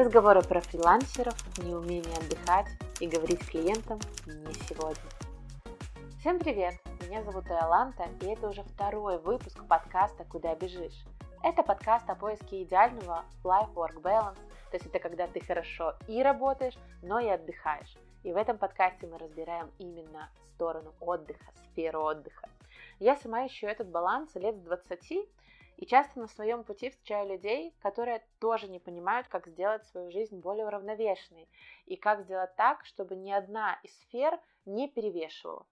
Разговоры про фрилансеров, неумение отдыхать и говорить клиентам не сегодня. Всем привет! Меня зовут Иоланта, и это уже второй выпуск подкаста «Куда бежишь?». Это подкаст о поиске идеального life-work balance, то есть это когда ты хорошо и работаешь, но и отдыхаешь. И в этом подкасте мы разбираем именно сторону отдыха, сферу отдыха. Я сама ищу этот баланс лет с 20, и часто на своем пути встречаю людей, которые тоже не понимают, как сделать свою жизнь более уравновешенной и как сделать так, чтобы ни одна из сфер не перевешивала.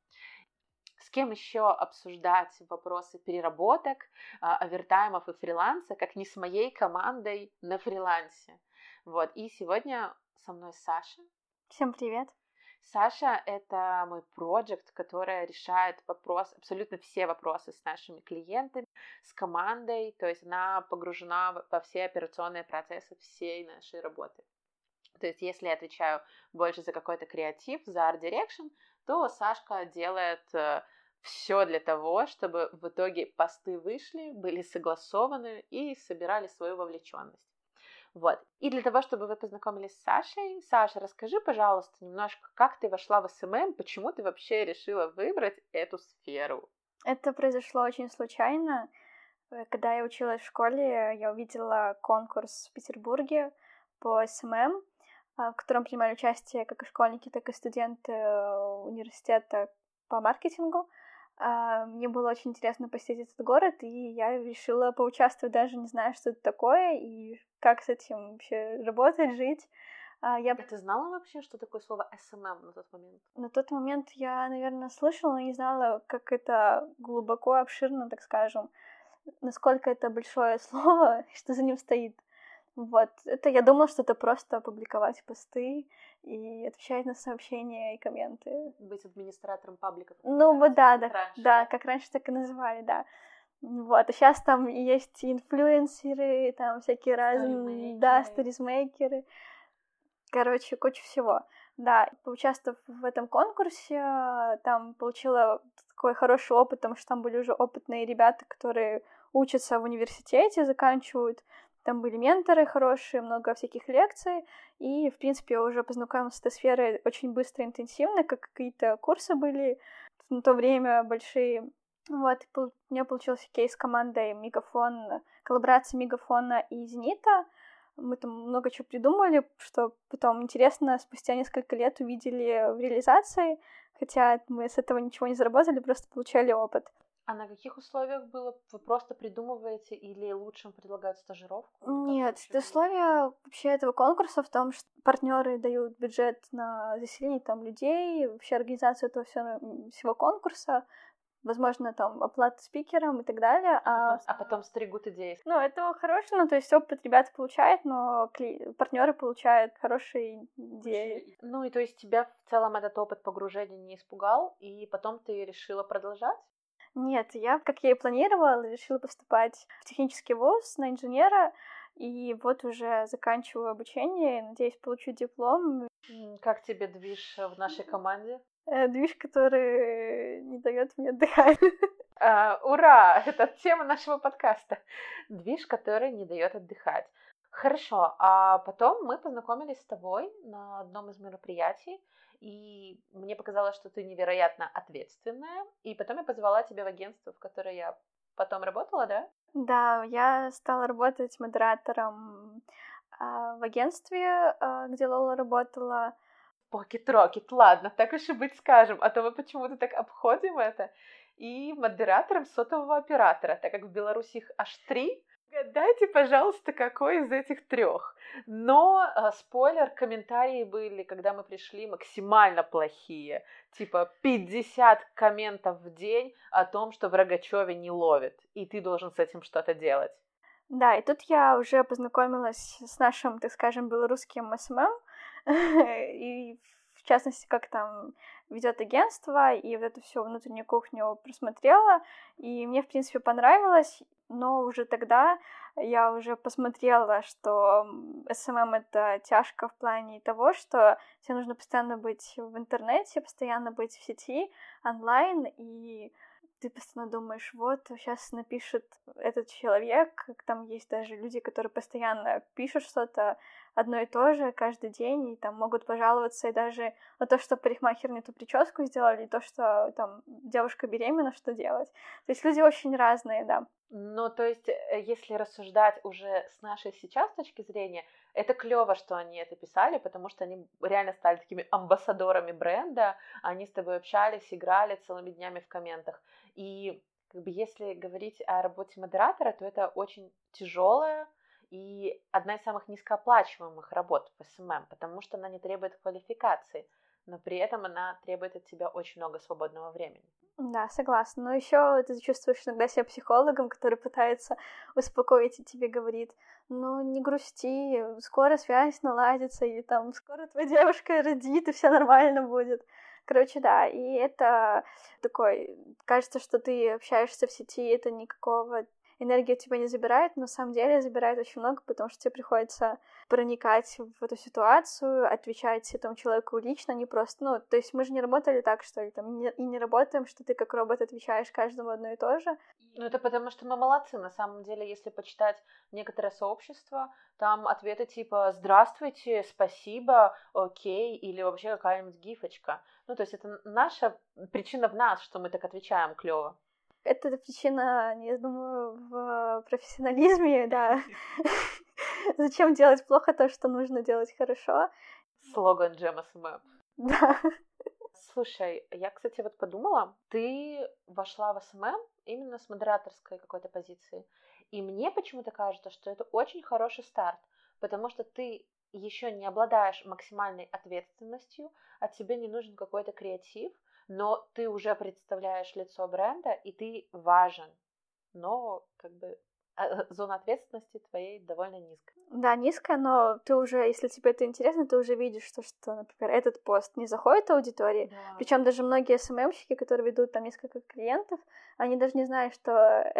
С кем еще обсуждать вопросы переработок, овертаймов и фриланса, как не с моей командой на фрилансе. Вот. И сегодня со мной Саша. Всем привет! Саша — это мой проект, который решает абсолютно все вопросы с нашими клиентами, с командой, то есть она погружена во все операционные процессы всей нашей работы. То есть если я отвечаю больше за какой-то креатив, за Art Direction, то Сашка делает все для того, чтобы в итоге посты вышли, были согласованы и собирали свою вовлеченность. Вот. И для того, чтобы вы познакомились с Сашей, Саша, расскажи, пожалуйста, немножко, как ты вошла в СММ, почему ты вообще решила выбрать эту сферу? Это произошло очень случайно. Когда я училась в школе, я увидела конкурс в Петербурге по СММ, в котором принимали участие как и школьники, так и студенты университета по маркетингу. Мне было очень интересно посетить этот город, и я решила поучаствовать, даже не зная, что это такое, и как с этим вообще работать, жить. Ты знала вообще, что такое слово SMM на тот момент? На тот момент я, наверное, слышала, но не знала, как это глубоко, обширно, так скажем, насколько это большое слово, что за ним стоит. Вот, это я думала, что это просто публиковать посты и отвечать на сообщения и комменты. Быть администратором пабликов. Ну, вот да, как раньше так и называли, да. Вот, а сейчас там есть инфлюенсеры, там всякие разные, да, сторизмейкеры. Короче, куча всего. Да, поучаствовав в этом конкурсе, там получила такой хороший опыт, потому что там были уже опытные ребята, которые учатся в университете, заканчивают. Там были менторы хорошие, много всяких лекций, и, в принципе, я уже познакомилась с этой сферой очень быстро, интенсивно, как какие-то курсы были на то время большие. Вот, у меня получился кейс с командой Мегафон, коллаборация Мегафона и Зенита. Мы там много чего придумали, что потом интересно спустя несколько лет увидели в реализации, хотя мы с этого ничего не заработали, просто получали опыт. А на каких условиях было? Вы просто придумываете или лучше предлагают стажировку? Нет, условия вообще этого конкурса в том, что партнеры дают бюджет на заселение там людей, вообще организацию этого всего конкурса, возможно, там оплата спикерам и так далее. А потом стригут идеи. Ну, это хорошо, то есть опыт ребята получают, но партнеры получают хорошие идеи. Ну, и то есть тебя в целом этот опыт погружения не испугал, и потом ты решила продолжать? Нет, как я и планировала, решила поступать в технический вуз на инженера, и вот уже заканчиваю обучение, надеюсь, получу диплом. Как тебе движ в нашей команде? Движ, который не дает мне отдыхать. Ура! Это тема нашего подкаста. Движ, который не дает отдыхать. Хорошо, а потом мы познакомились с тобой на одном из мероприятий, и мне показалось, что ты невероятно ответственная, и потом я позвала тебя в агентство, в которое я потом работала, да? Да, я стала работать модератором в агентстве, где Лола работала. Pocket-Rocket, ладно, так уж и быть скажем, а то мы почему-то так обходим это. И модератором сотового оператора, так как в Беларуси их аж 3. Гадайте, пожалуйста, какой из этих 3. Но, спойлер, комментарии были, когда мы пришли, максимально плохие. Типа 50 комментов в день о том, что в Рогачеве не ловит, и ты должен с этим что-то делать. Да, и тут я уже познакомилась с нашим, так скажем, белорусским СММ, и в частности, как там ведет агентство, и вот эту всю внутреннюю кухню просмотрела, и мне, в принципе, понравилось, но уже тогда я уже посмотрела, что СММ — это тяжко в плане того, что тебе нужно постоянно быть в интернете, постоянно быть в сети, онлайн, и ты постоянно думаешь, вот, сейчас напишет этот человек, там есть даже люди, которые постоянно пишут что-то, одно и то же каждый день, и там могут пожаловаться и даже на то, что парикмахер не ту прическу сделали, и то, что там девушка беременна, что делать. То есть люди очень разные, да. Ну, то есть, если рассуждать уже с нашей сейчас точки зрения, это клево, что они это писали, потому что они реально стали такими амбассадорами бренда, они с тобой общались, играли целыми днями в комментах. И как бы если говорить о работе модератора, то это очень тяжелая и одна из самых низкооплачиваемых работ в СММ, потому что она не требует квалификации, но при этом она требует от тебя очень много свободного времени. Да, согласна. Но еще ты чувствуешь иногда себя психологом, который пытается успокоить и тебе говорит: ну, не грусти, скоро связь наладится, или там скоро твоя девушка родит, и все нормально будет. Короче, да, и это такой, кажется, что ты общаешься в сети, это никакого энергии у тебя не забирает, но на самом деле забирает очень много, потому что тебе приходится проникать в эту ситуацию, отвечать этому человеку лично, не просто, ну, то есть мы же не работали так, что ли, там, и не работаем, что ты как робот отвечаешь каждому одно и то же. Ну, это потому что мы молодцы, на самом деле, если почитать некоторое сообщество, там ответы типа «Здравствуйте», «Спасибо», «Окей» или вообще какая-нибудь гифочка. Ну, то есть это наша причина в нас, что мы так отвечаем клево. Это причина, я думаю, в профессионализме, да. Зачем делать плохо то, что нужно делать хорошо? Слоган Джема СММ. Да. Слушай, я, кстати, вот подумала, ты вошла в СММ именно с модераторской какой-то позиции. И мне почему-то кажется, что это очень хороший старт, потому что ты еще не обладаешь максимальной ответственностью, от тебе не нужен какой-то креатив, но ты уже представляешь лицо бренда, и ты важен, но как бы зона ответственности твоей довольно низкая. Да, низкая, но ты уже, если тебе это интересно, ты уже видишь, что, например, этот пост не заходит аудитории. Да. Причем даже многие СММщики, которые ведут там несколько клиентов, они даже не знают, что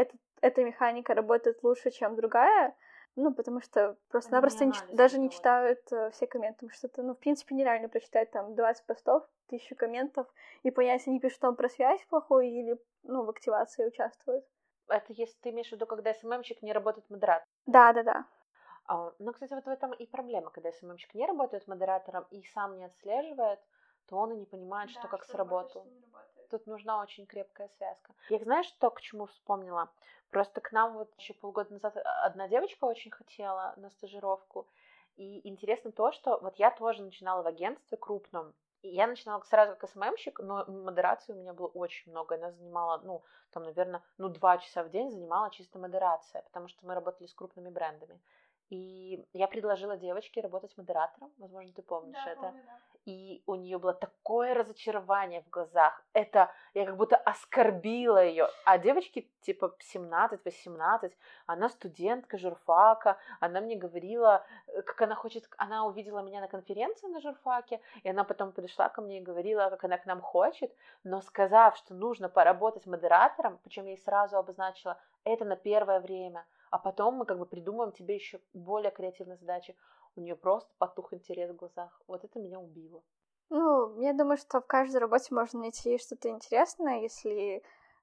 эта механика работает лучше, чем другая. Ну, потому что просто-напросто даже не читают все комменты. Потому что это, ну, в принципе, нереально прочитать там 20 постов, 1000 комментов и понять, они пишут там про связь плохую или, ну, в активации участвуют. Это если ты имеешь в виду, когда СММщик не работает модератором? Да. Ну, кстати, вот в этом и проблема, когда СММщик не работает модератором и сам не отслеживает, то он и не понимает, что как сработало. Тут нужна очень крепкая связка. Я, знаешь, что к чему вспомнила? Просто к нам вот еще полгода назад одна девочка очень хотела на стажировку. И интересно то, что вот я тоже начинала в агентстве крупном. И я начинала сразу как СММщик, но модерации у меня было очень много. Она занимала, ну, там, наверное, 2 часа в день занимала чисто модерация, потому что мы работали с крупными брендами. И я предложила девочке работать модератором, возможно, ты помнишь это. Помню, да. И у нее было такое разочарование в глазах. Это я как будто оскорбила ее. А девочке типа 17-18, она студентка журфака, она мне говорила, как она хочет, она увидела меня на конференции на журфаке, и она потом подошла ко мне и говорила, как она к нам хочет, но сказав, что нужно поработать модератором, причем я ей сразу обозначила, это на первое время, а потом мы как бы придумаем тебе еще более креативные задачи. У нее просто потух интерес в глазах. Вот это меня убило. Ну, я думаю, что в каждой работе можно найти что-то интересное, если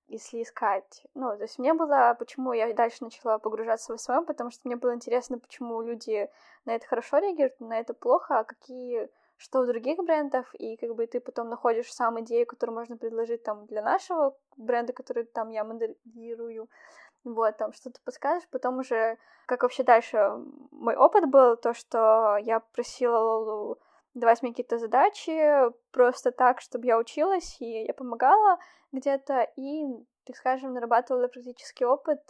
искать. Ну, то есть мне было, почему я дальше начала погружаться в СММ, потому что мне было интересно, почему люди на это хорошо реагируют, на это плохо, а что у других брендов, и как бы ты потом находишь сам идею, которую можно предложить там для нашего бренда, который там я моделирую. Вот, там что-то подскажешь, потом уже, как вообще дальше мой опыт был, то, что я просила Лолу давать мне какие-то задачи просто так, чтобы я училась, и я помогала где-то, и, так скажем, нарабатывала практический опыт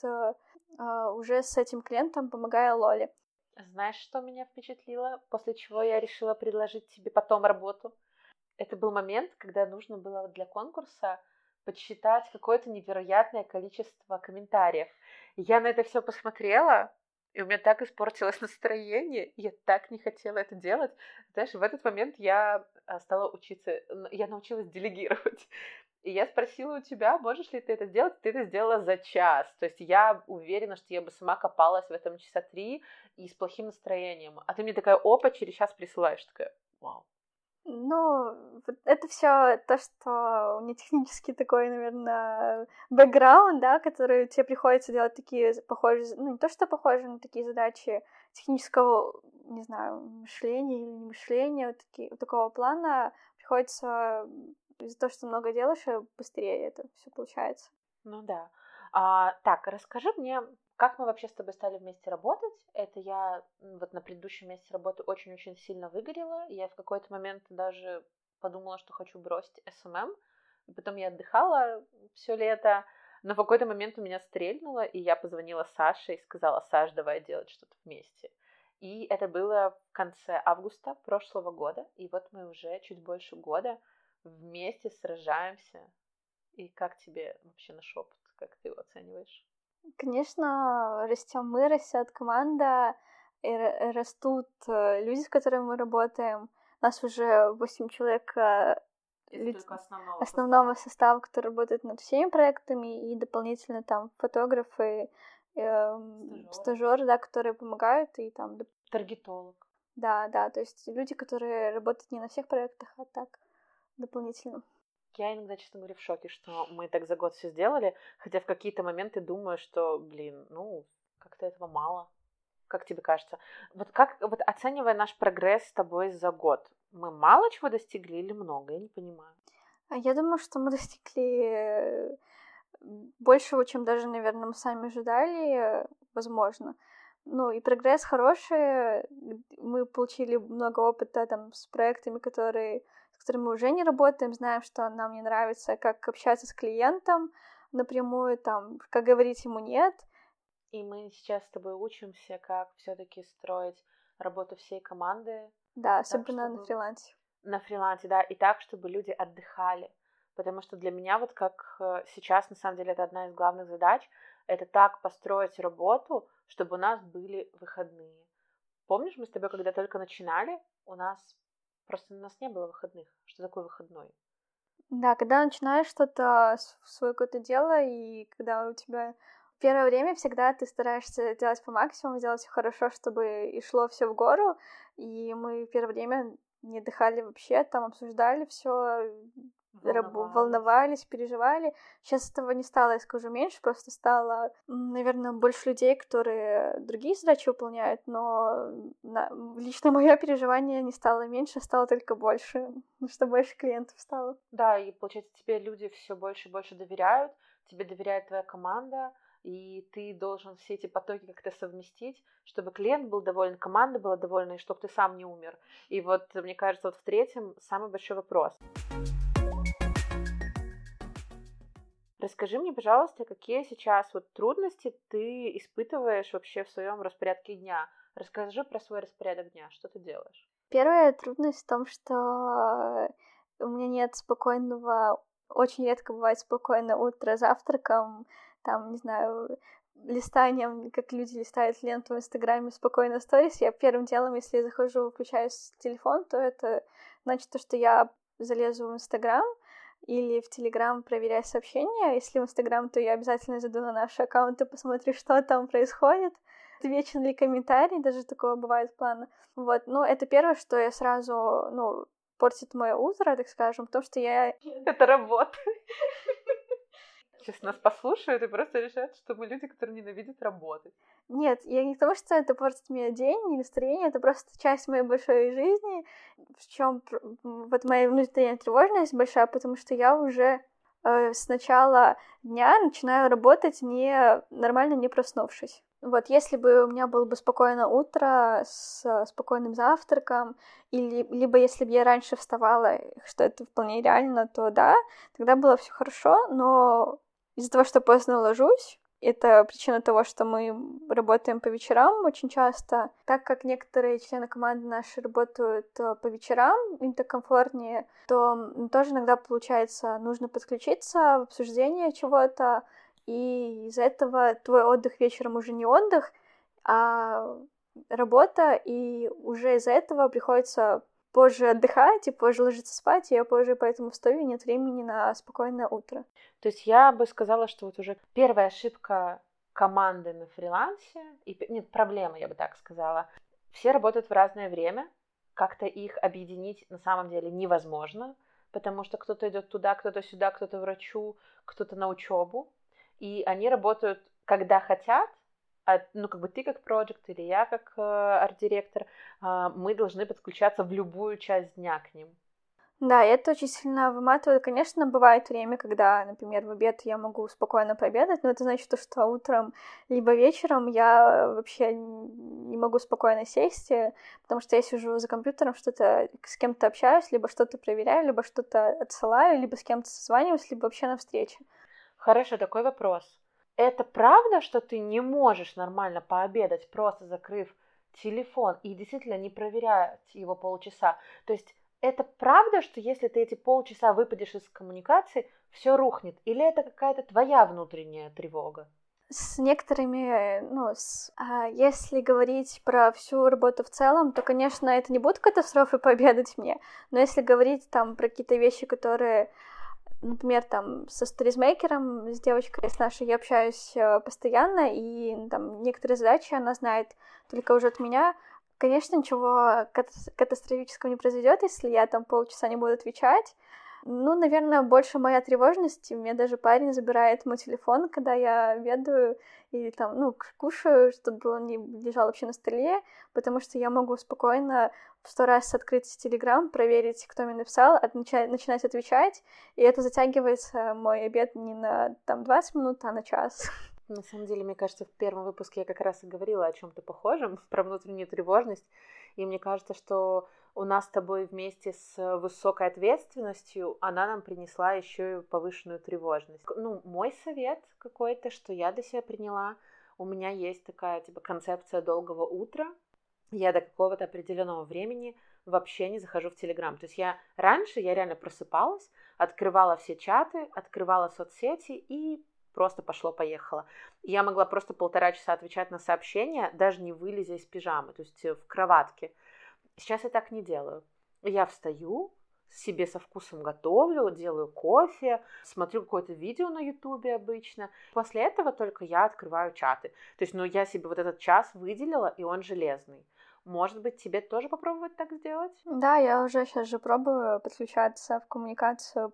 уже с этим клиентом, помогая Лоле. Знаешь, что меня впечатлило, после чего я решила предложить тебе потом работу? Это был момент, когда нужно было для конкурса подсчитать какое-то невероятное количество комментариев. И я на это все посмотрела, и у меня так испортилось настроение, и я так не хотела это делать. Знаешь, в этот момент я стала учиться, я научилась делегировать. И я спросила у тебя, можешь ли ты это сделать? Ты это сделала за час. То есть я уверена, что я бы сама копалась в этом часа 3 и с плохим настроением. А ты мне такая, опа, через час присылаешь. Такая, вау. Ну, вот это все то, что у меня технический такой, наверное, бэкграунд, да, который тебе приходится делать такие похожие, ну, не то, что похожие, но такие задачи технического, не знаю, мышления или не мышления, вот такого плана приходится из-за того, что много делаешь, быстрее это все получается. Ну да. Так, расскажи мне, как мы вообще с тобой стали вместе работать? Это я вот на предыдущем месте работы очень-очень сильно выгорела. Я в какой-то момент даже подумала, что хочу бросить СММ. И потом я отдыхала все лето. Но в какой-то момент у меня стрельнуло, и я позвонила Саше и сказала: Саш, давай делать что-то вместе. И это было в конце августа прошлого года. И вот мы уже чуть больше года вместе сражаемся. И как тебе вообще наш опыт? Как ты его оцениваешь? Конечно, растем мы, растет команда, и растут люди, с которыми мы работаем. У нас уже 8 человек основного состава, который работает над всеми проектами, и дополнительно там фотографы, стажеры, да, которые помогают, и там... Таргетолог. Да, то есть люди, которые работают не на всех проектах, а так дополнительно. Я иногда, честно говоря, в шоке, что мы так за год все сделали, хотя в какие-то моменты думаю, что, как-то этого мало. Как тебе кажется? Вот оценивая наш прогресс с тобой за год, мы мало чего достигли или много? Я не понимаю. Я думаю, что мы достигли большего, чем даже, наверное, мы сами ожидали, возможно. Ну, и прогресс хороший. Мы получили много опыта там с проектами, с которыми мы уже не работаем, знаем, что нам не нравится, как общаться с клиентом напрямую, там, как говорить ему «нет». И мы сейчас с тобой учимся, как все-таки строить работу всей команды. Да, особенно на фрилансе. На фрилансе, да, и так, чтобы люди отдыхали. Потому что для меня вот как сейчас, на самом деле, это одна из главных задач, это так построить работу, чтобы у нас были выходные. Помнишь, мы с тобой, когда только начинали, у нас не было выходных. Что такое выходной? Да, когда начинаешь что-то, свое какое-то дело, и когда у тебя первое время всегда ты стараешься делать по максимуму, сделать все хорошо, чтобы и шло все в гору. И мы первое время не отдыхали вообще, там обсуждали все, волновались, переживали. Сейчас этого не стало, я скажу, меньше, просто стало, наверное, больше людей, которые другие задачи выполняют, но лично мое переживание не стало меньше, стало только больше, что больше клиентов стало. Да, и получается, тебе люди все больше и больше доверяют, тебе доверяет твоя команда, и ты должен все эти потоки как-то совместить, чтобы клиент был доволен, команда была довольна, и чтобы ты сам не умер. И вот, мне кажется, вот в третьем самый большой вопрос. Расскажи мне, пожалуйста, какие сейчас вот трудности ты испытываешь вообще в своем распорядке дня? Расскажи про свой распорядок дня, что ты делаешь? Первая трудность в том, что у меня нет спокойного, очень редко бывает спокойное утро завтраком, там, не знаю, листанием, как люди листают ленту в Инстаграме, спокойно сторис. Я первым делом, если я захожу, включаю телефон, то это значит то, что я залезу в Инстаграм или в Телеграм, проверяю сообщения. Если в Инстаграм, то я обязательно зайду на наши аккаунты, посмотрю, что там происходит. Отвечен ли комментарий, даже такое бывает плавно. Вот, ну, это первое, что я сразу, портит мое утро, так скажем, потому что я... Это работа. Сейчас нас послушают и просто решат, что мы люди, которые ненавидят работать. Нет, я не к тому, что это портит мне день, не настроение, это просто часть моей большой жизни, в чем вот моя внутренняя тревожность большая, потому что я уже с начала дня начинаю работать нормально не проснувшись. Вот, если бы у меня было бы спокойное утро с спокойным завтраком, либо если бы я раньше вставала, что это вполне реально, то да, тогда было все хорошо, но из-за того, что поздно ложусь, это причина того, что мы работаем по вечерам очень часто. Так как некоторые члены команды наши работают по вечерам, им так комфортнее, то тоже иногда, получается, нужно подключиться в обсуждение чего-то, и из-за этого твой отдых вечером уже не отдых, а работа, и уже из-за этого приходится позже отдыхать и позже ложиться спать, и я позже поэтому встаю, и нет времени на спокойное утро. То есть я бы сказала, что вот уже первая ошибка команды на фрилансе, нет, проблема, я бы так сказала. Все работают в разное время, как-то их объединить на самом деле невозможно, потому что кто-то идет туда, кто-то сюда, кто-то к врачу, кто-то на учебу, и они работают, когда хотят, ну, как бы ты как проект или я как арт-директор, мы должны подключаться в любую часть дня к ним. Да, и это очень сильно выматывает. Конечно, бывает время, когда, например, в обед я могу спокойно пообедать, но это значит, что утром либо вечером я вообще не могу спокойно сесть, потому что я сижу за компьютером, что-то с кем-то общаюсь, либо что-то проверяю, либо что-то отсылаю, либо с кем-то созваниваюсь, либо вообще на встрече. Хорошо, такой вопрос. Это правда, что ты не можешь нормально пообедать, просто закрыв телефон и действительно не проверяя его полчаса? То есть это правда, что если ты эти полчаса выпадешь из коммуникации, все рухнет? Или это какая-то твоя внутренняя тревога? С некоторыми, если говорить про всю работу в целом, то, конечно, это не будет катастрофой пообедать мне, но если говорить там про какие-то вещи, которые, например, там со сторизмейкером, с девочкой с нашей я общаюсь постоянно, и там некоторые задачи она знает только уже от меня. Конечно, ничего катастрофического не произойдет, если я там полчаса не буду отвечать. Ну, наверное, больше моя тревожность. У меня даже парень забирает мой телефон, когда я обедаю или там, кушаю, чтобы он не лежал вообще на столе, потому что я могу спокойно в 100 раз открыть Telegram, проверить, кто мне написал, начинать отвечать, и это затягивается мой обед не на 20 минут, а на час. На самом деле, мне кажется, в первом выпуске я как раз и говорила о чем-то похожем, про внутреннюю тревожность, и мне кажется, что у нас с тобой вместе с высокой ответственностью она нам принесла еще и повышенную тревожность. Ну, мой совет какой-то, что я для себя приняла, у меня есть такая, концепция долгого утра, я до какого-то определенного времени вообще не захожу в Telegram. То есть раньше я реально просыпалась, открывала все чаты, открывала соцсети и просто пошло-поехало. Я могла просто 1,5 часа отвечать на сообщения, даже не вылезя из пижамы, то есть в кроватке. Сейчас я так не делаю. Я встаю, себе со вкусом готовлю, делаю кофе, смотрю какое-то видео на Ютубе обычно. После этого только я открываю чаты. То есть, я себе вот этот час выделила, и он железный. Может быть, тебе тоже попробовать так сделать? Да, я уже сейчас же пробую подключаться в коммуникацию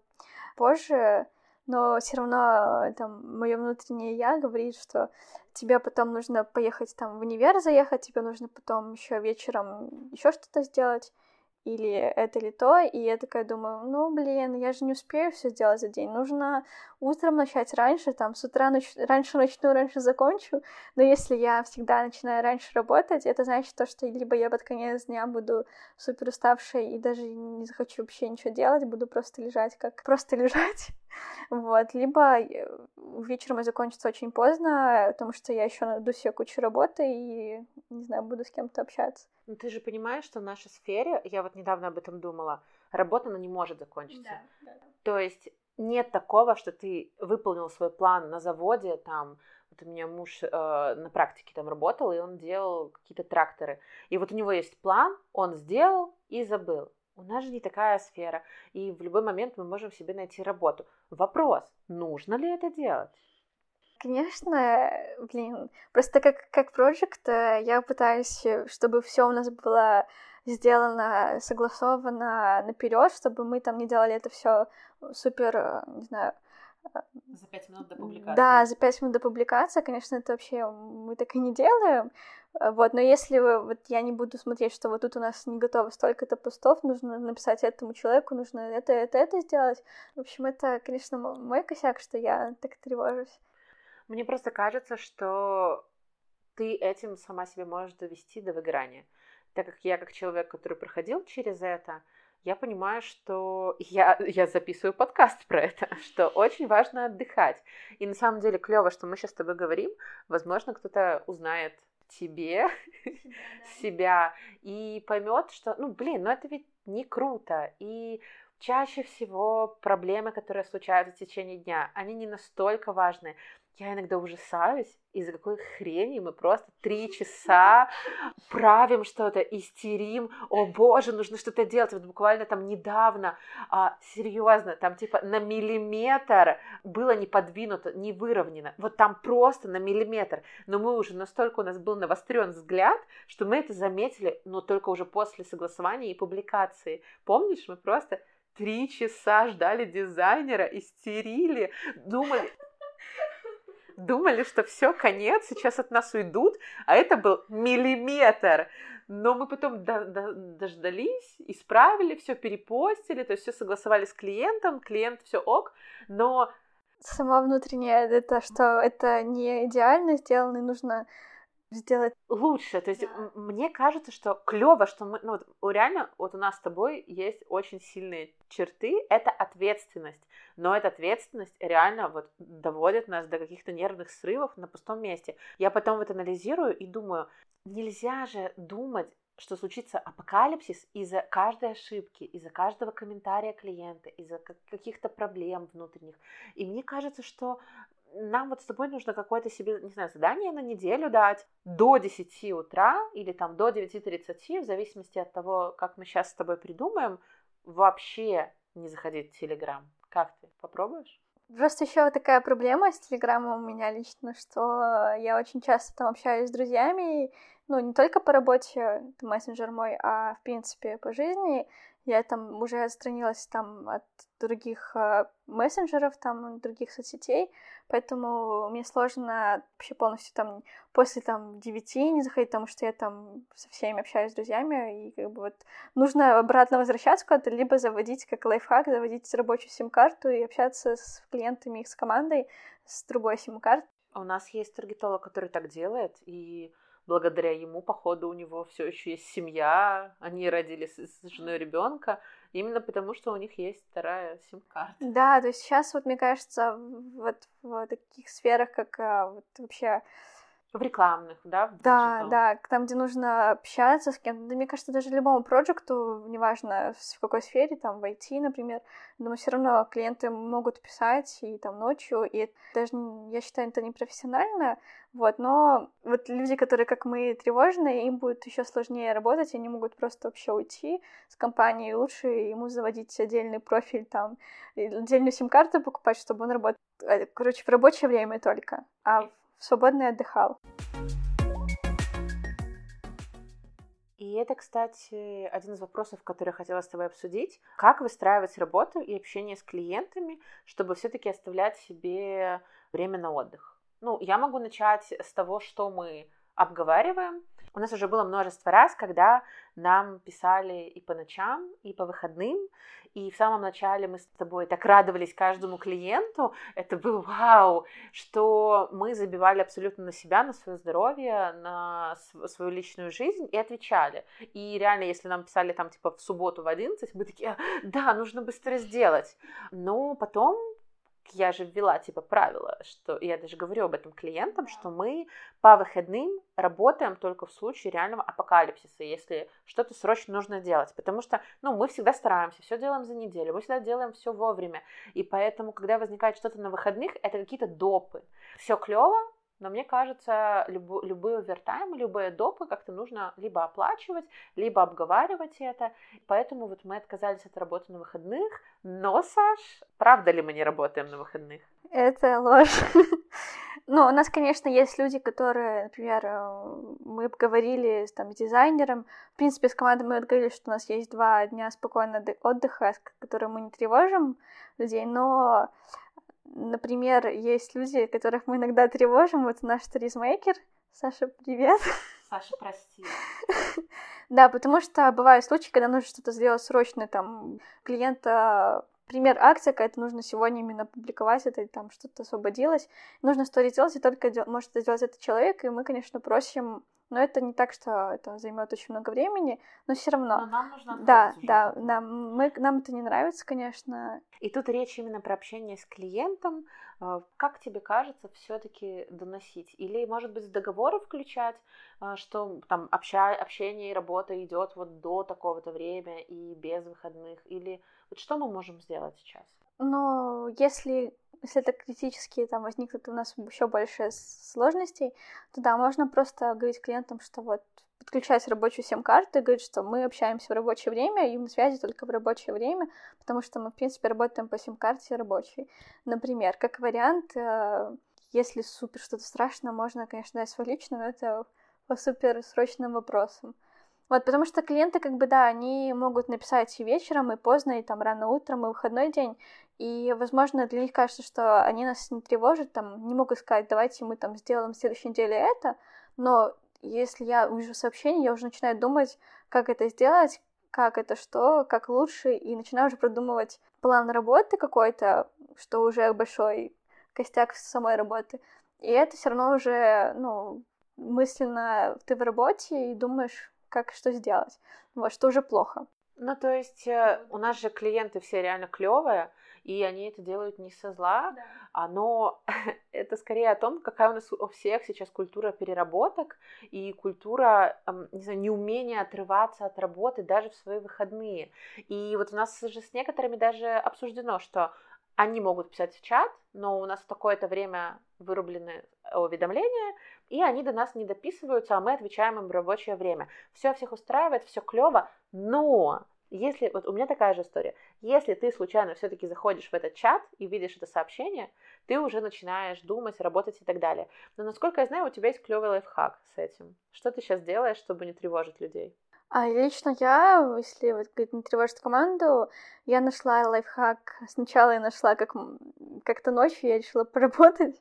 позже, но все равно там мое внутреннее я говорит, что тебе потом нужно поехать там в универ заехать, тебе нужно потом еще вечером еще что-то сделать, или это или то, и я такая думаю, я же не успею все сделать за день, нужно утром начать раньше, там, с утра раньше начну, раньше закончу, но если я всегда начинаю раньше работать, это значит то, что либо я под конец дня буду супер уставшей и даже не захочу вообще ничего делать, буду просто лежать, вот, либо вечером я закончится очень поздно, потому что я еще найду себе кучу работы и, не знаю, буду с кем-то общаться. Ну, ты же понимаешь, что в нашей сфере, я вот недавно об этом думала, работа, она не может закончиться. Да. То есть нет такого, что ты выполнил свой план на заводе, там, вот у меня муж на практике там работал, и он делал какие-то тракторы. И вот у него есть план, он сделал и забыл. У нас же не такая сфера, и в любой момент мы можем себе найти работу. Вопрос, нужно ли это делать? Конечно, просто как проект я пытаюсь, чтобы все у нас было сделано, согласовано наперед, чтобы мы там не делали это все супер, не знаю. За 5 минут до публикации. Да, за 5 минут до публикации, конечно, это вообще мы так и не делаем. Вот, но если я не буду смотреть, что вот тут у нас не готово столько-то постов, нужно написать этому человеку, нужно это сделать. В общем, это, конечно, мой косяк, что я так тревожусь. Мне просто кажется, что ты этим сама себя можешь довести до выгорания. Так как я, как человек, который проходил через это, я понимаю, что я записываю подкаст про это, что очень важно отдыхать. И на самом деле клево, что мы сейчас с тобой говорим. Возможно, кто-то узнает тебе, себя и поймет, что, это ведь не круто. И чаще всего проблемы, которые случаются в течение дня, они не настолько важны. я иногда ужасаюсь, из-за какой хрени мы просто 3 часа правим что-то, истерим, о боже, нужно что-то делать. Вот буквально там недавно, серьезно, там типа на миллиметр было не подвинуто, не выровнено, вот там просто на миллиметр, но мы уже настолько, у нас был навострен взгляд, что мы это заметили, но только уже после согласования и публикации. Помнишь, мы просто 3 часа ждали дизайнера, истерили, думали, что все, конец, сейчас от нас уйдут, а это был миллиметр. Но мы потом дождались, исправили, все перепостили, то есть все согласовали с клиентом, клиент все ок, но... Сама внутренняя, это что это не идеально сделано, и нужно сделать лучше. То есть мне кажется, что клево, что мы, ну вот реально, вот у нас с тобой есть очень сильные черты, это ответственность, но эта ответственность реально вот доводит нас до каких-то нервных срывов на пустом месте. Я потом вот анализирую и думаю, нельзя же думать, что случится апокалипсис из-за каждой ошибки, из-за каждого комментария клиента, из-за каких-то проблем внутренних. И мне кажется, что нам вот с тобой нужно какое-то себе, не знаю, задание на неделю дать до 10 утра или там до 9:30, в зависимости от того, как мы сейчас с тобой придумаем, вообще не заходить в Телеграм. Как ты? Попробуешь? Просто еще вот такая проблема с Телеграмом у меня лично, что я очень часто там общаюсь с друзьями, ну, не только по работе, это мессенджер мой, а в принципе по жизни. Я там уже отстранилась там от других мессенджеров, там, других соцсетей, поэтому мне сложно вообще полностью там после там 9 не заходить, потому что я там со всеми общаюсь с друзьями, и как бы вот нужно обратно возвращаться куда-то, либо заводить как лайфхак, заводить рабочую сим-карту и общаться с клиентами, их с командой с другой сим-карты. У нас есть таргетолог, который так делает, и благодаря ему, походу, у него все еще есть семья, они родили с женой ребенка, именно потому что у них есть вторая сим-карта. Да, то есть сейчас вот, мне кажется, вот в таких сферах, как вот вообще... В рекламных, да? Да, там, где нужно общаться с кем-то. Да, мне кажется, даже любому проекту, неважно в какой сфере, там, в IT, например, но все равно клиенты могут писать и там ночью, и даже, я считаю, это непрофессионально, вот, но вот люди, которые, как мы, тревожные, им будет еще сложнее работать, они могут просто вообще уйти с компании, лучше ему заводить отдельный профиль, там, отдельную сим-карту покупать, чтобы он работал, короче, в рабочее время только, а свободно отдыхал. И это, кстати, один из вопросов, который я хотела с тобой обсудить. Как выстраивать работу и общение с клиентами, чтобы все-таки оставлять себе время на отдых? Ну, я могу начать с того, что мы обговариваем. У нас уже было множество раз, когда нам писали и по ночам, и по выходным, и в самом начале мы с тобой так радовались каждому клиенту, это был вау, что мы забивали абсолютно на себя, на свое здоровье, на свою личную жизнь и отвечали. И реально, если нам писали там типа в субботу в 11, мы такие, да, нужно быстро сделать. Но потом я же ввела типа правило, что я даже говорю об этом клиентам, что мы по выходным работаем только в случае реального апокалипсиса, если что-то срочно нужно делать, потому что, ну, мы всегда стараемся, все делаем за неделю, мы всегда делаем все вовремя, и поэтому, когда возникает что-то на выходных, это какие-то допы. Все клево, но мне кажется, любые овертаймы, любые допы как-то нужно либо оплачивать, либо обговаривать это. Поэтому вот мы отказались от работы на выходных. Но, Саш, правда ли мы не работаем на выходных? Это ложь. Ну, у нас, конечно, есть люди, которые, например, мы говорили там, с дизайнером, в принципе, с командой мы говорили, что у нас есть 2 дня спокойного отдыха, которые мы не тревожим людей, но... Например, есть люди, которых мы иногда тревожим. Вот наш сторизмейкер. Саша, привет. Саша, прости. Да, потому что бывают случаи, когда нужно что-то сделать срочно, там, клиента, например, акция какая-то, нужно сегодня именно публиковать это, там, что-то освободилось, нужно сторис сделать, и только может это сделать этот человек, и мы, конечно, просим, но это не так, что это займет очень много времени, но все равно. Но нам нужно Да, нам это не нравится, конечно. И тут речь именно про общение с клиентом. Как тебе кажется, все-таки доносить? Или, может быть, с договора включать, что там общение и работа идет вот до такого-то времени и без выходных? Или вот что мы можем сделать сейчас? Ну, если если это критически там возникнут у нас еще больше сложностей, то да, можно просто говорить клиентам, что вот подключать рабочую сим-карту и говорить, что мы общаемся в рабочее время, и на связи только в рабочее время, потому что мы, в принципе, работаем по сим-карте рабочей. Например, как вариант, если супер что-то страшное, можно, конечно, дать свой личный, но это по супер срочным вопросам. Вот, потому что клиенты, как бы, да, они могут написать и вечером, и поздно, и там рано утром, и выходной день, и, возможно, для них кажется, что они нас не тревожат, там, не могут сказать, давайте мы там сделаем в следующей неделе это, но если я увижу сообщение, я уже начинаю думать, как это сделать, как это что, как лучше, и начинаю уже продумывать план работы какой-то, что уже большой костяк самой работы, и это все равно уже, ну, мысленно ты в работе и думаешь, как что сделать, вот, что уже плохо. Ну, то есть у нас же клиенты все реально клевые, и они это делают не со зла, да. Но это скорее о том, какая у нас у всех сейчас культура переработок и культура, не знаю, неумения отрываться от работы даже в свои выходные. И вот у нас же с некоторыми даже обсуждено, что они могут писать в чат, но у нас в такое-то время вырублены уведомления, и они до нас не дописываются, а мы отвечаем им в рабочее время. Все всех устраивает, все клево, но если, вот у меня такая же история, если ты случайно все-таки заходишь в этот чат и видишь это сообщение, ты уже начинаешь думать, работать и так далее. Но, насколько я знаю, у тебя есть клевый лайфхак с этим. Что ты сейчас делаешь, чтобы не тревожить людей? Лично я, если вот говорить, не тревожить команду, я нашла лайфхак. Сначала я нашла как-то ночью, я решила поработать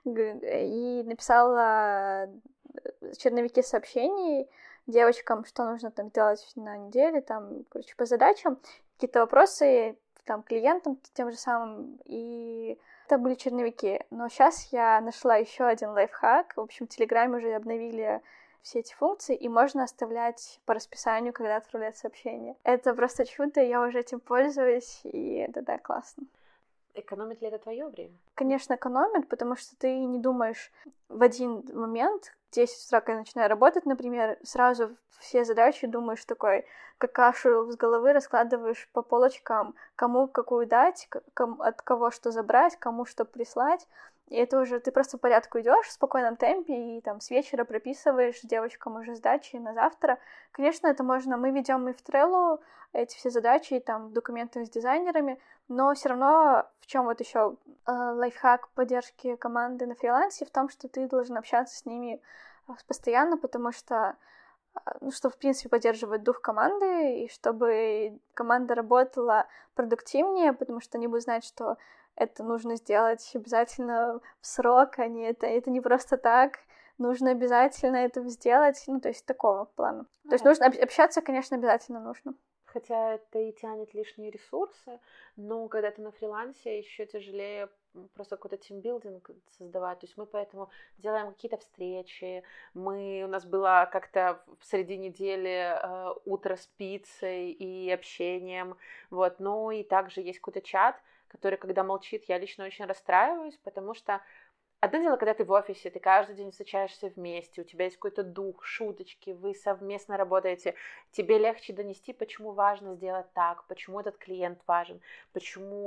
и написала черновики сообщений девочкам, что нужно там делать на неделе, там, короче, по задачам, какие-то вопросы там клиентам тем же самым, и это были черновики. Но сейчас я нашла еще один лайфхак. В общем, в Телеграме уже обновили все эти функции, и можно оставлять по расписанию, когда отправлять сообщение. Это просто чудо, я уже этим пользуюсь, и это, да, классно. Экономит ли это твое время? Конечно, экономит, потому что ты не думаешь в один момент, в 10 утра, когда я начинаю работать, например, сразу все задачи думаешь такой, как кашу с головы раскладываешь по полочкам, кому какую дать, от кого что забрать, кому что прислать. И это уже ты просто в порядку идешь в спокойном темпе и там с вечера прописываешь девочкам уже задачи на завтра. Конечно, это можно, мы ведем и в Trello эти все задачи, и там в документах с дизайнерами, но все равно в чем вот еще лайфхак поддержки команды на фрилансе в том, что ты должен общаться с ними постоянно, потому что ну, что, в принципе, поддерживает дух команды, и чтобы команда работала продуктивнее, потому что они будут знать, что это нужно сделать обязательно в срок, а не это не просто так, нужно обязательно это сделать, ну, то есть такого плана. То есть нужно общаться, конечно, обязательно нужно. Хотя это и тянет лишние ресурсы, но когда ты на фрилансе, еще тяжелее просто какой-то тимбилдинг создавать. То есть мы поэтому делаем какие-то встречи. У нас было как-то среди недели утро с пиццей и общением. Вот. Ну и также есть какой-то чат, который, когда молчит, я лично очень расстраиваюсь, потому что одно дело, когда ты в офисе, ты каждый день встречаешься вместе, у тебя есть какой-то дух, шуточки, вы совместно работаете, тебе легче донести, почему важно сделать так, почему этот клиент важен, почему